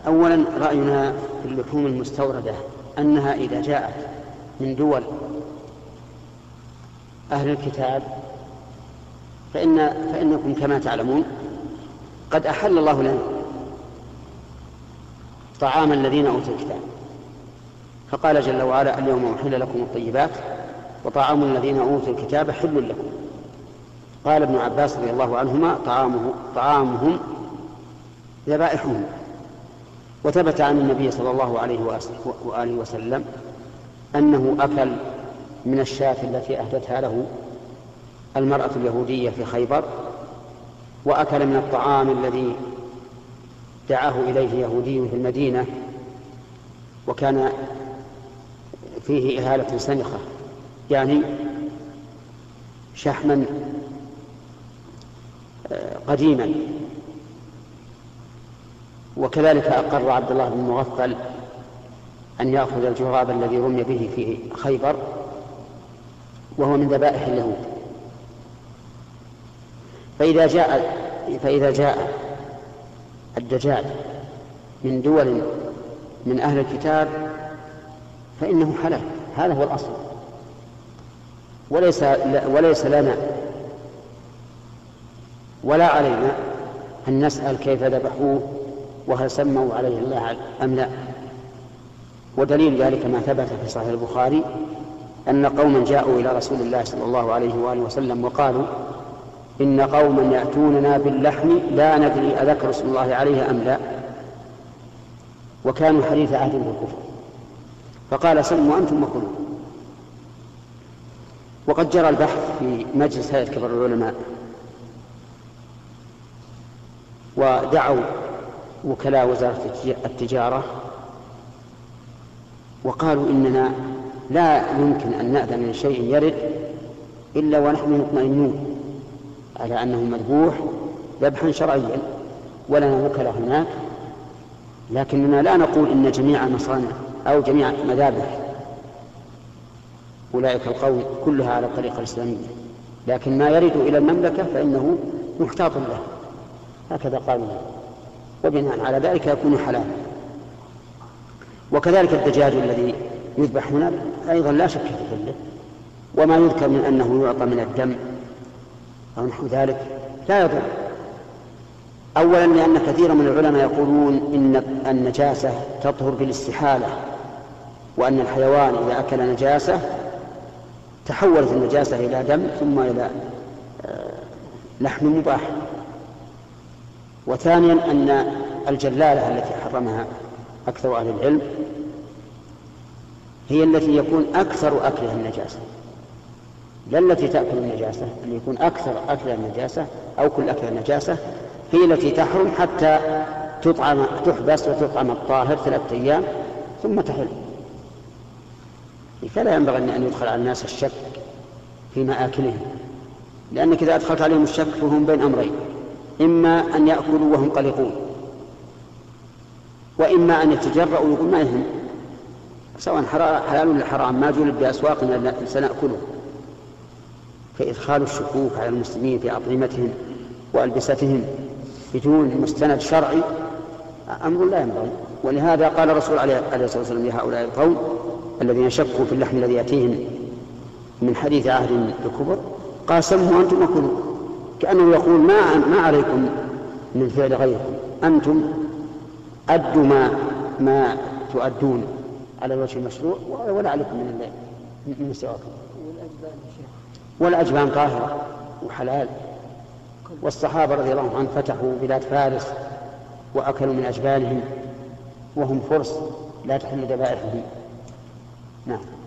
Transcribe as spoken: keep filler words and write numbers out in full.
أولا رأينا في اللحوم المستوردة أنها إذا جاءت من دول أهل الكتاب فإن فإنكم كما تعلمون قد أحل الله لنا طعام الذين أوتوا الكتاب، فقال جل وعلا: اليوم أحل لكم الطيبات وطعام الذين أوتوا الكتاب حل لكم. قال ابن عباس رضي الله عنهما: طعامه طعامهم ذبائحهم. وثبت عن النبي صلى الله عليه وآله وسلم أنه أكل من الشاة التي أهدتها له المرأة اليهودية في خيبر، وأكل من الطعام الذي دعاه إليه يهودي في المدينة وكان فيه إهالة سنخة، يعني شحما قديما. وكذلك أقر عبد الله بن مغفل أن يأخذ الجراب الذي رمي به في خيبر وهو من ذبائح اليهود. فإذا جاء فإذا جاء الدجاج من دول من أهل الكتاب فإنه حلال، هذا هو الأصل، وليس وليس لنا ولا علينا أن نسأل كيف ذبحوه وهل سموا عليه الله أم لا. ودليل ذلك ما ثبت في صحيح البخاري أن قوما جاءوا إلى رسول الله صلى الله عليه وآله وسلم وقالوا: إن قوما يأتوننا باللحم لا ندري أذكر اسم الله عليه أم لا، وكانوا حديث عهد بالكفر، فقال: سموا أنتم وكلوا. وقد جرى البحث في مجلس هيئة كبار العلماء، ودعوا وكلاء وزارة التجارة وقالوا: إننا لا يمكن أن نأذن لشيء يرد إلا ونحن مطمئنون على أنه مذبوح ذبحا شرعيا ولنا وكلاء هناك، لكننا لا نقول إن جميع المصانع أو جميع مذابح أولئك القوم كلها على الطريقة الإسلامية، لكن ما يرد إلى المملكة فإنه محتاط له، هكذا قالوا، وبناء على ذلك يكون حلال. وكذلك الدجاج الذي يذبح هنا أيضا لا شك في ذلك، وما يذكر من أنه يعطى من الدم أو نحو ذلك لا يضر. أولا لأن كثيرا من العلماء يقولون إن النجاسة تطهر بالاستحالة، وأن الحيوان إذا أكل نجاسة تحولت النجاسة إلى دم ثم إلى لحم مباح. وثانيا أن الجلالة التي حرمها أكثر أهل العلم هي التي يكون أكثر أكلها النجاسة، لا التي تأكل النجاسة، اللي يكون أكثر أكلها النجاسة أو كل أكلها النجاسة هي التي تحرم حتى تطعم تحبس وتطعم الطاهر ثلاثة أيام ثم تحل. فلا ينبغي أن يدخل على الناس الشك في مآكلهم، لأنك إذا أدخلت عليهم الشك فهم بين أمرين: إما أن يأكلوا وهم قلقون، وإما أن يتجرؤوا ويقول ما يهم، سواء حلال ولا حرام ما جولد بأسواقنا سنأكله. فإدخال الشكوك على المسلمين في أطعمتهم وألبستهم بدون مستند شرعي أمر لا ينبغي. ولهذا قال الرسول عليه الصلاة والسلام لهؤلاء القوم الذين شكوا في اللحم الذي يأتيهم من حديث عهد الكفر: قال: سموا أنتم وكلوا، كأنه يقول ما ما عليكم من فعل غيركم، أنتم أدوا ما ما تؤدون على الوجه المشروع ولا عليكم من من سواكم. والأجبان طاهرة وحلال، والصحابة رضي الله عنهم فتحوا بلاد فارس وأكلوا من أجبانهم وهم فرس لا تحل ذبائحهم. نعم.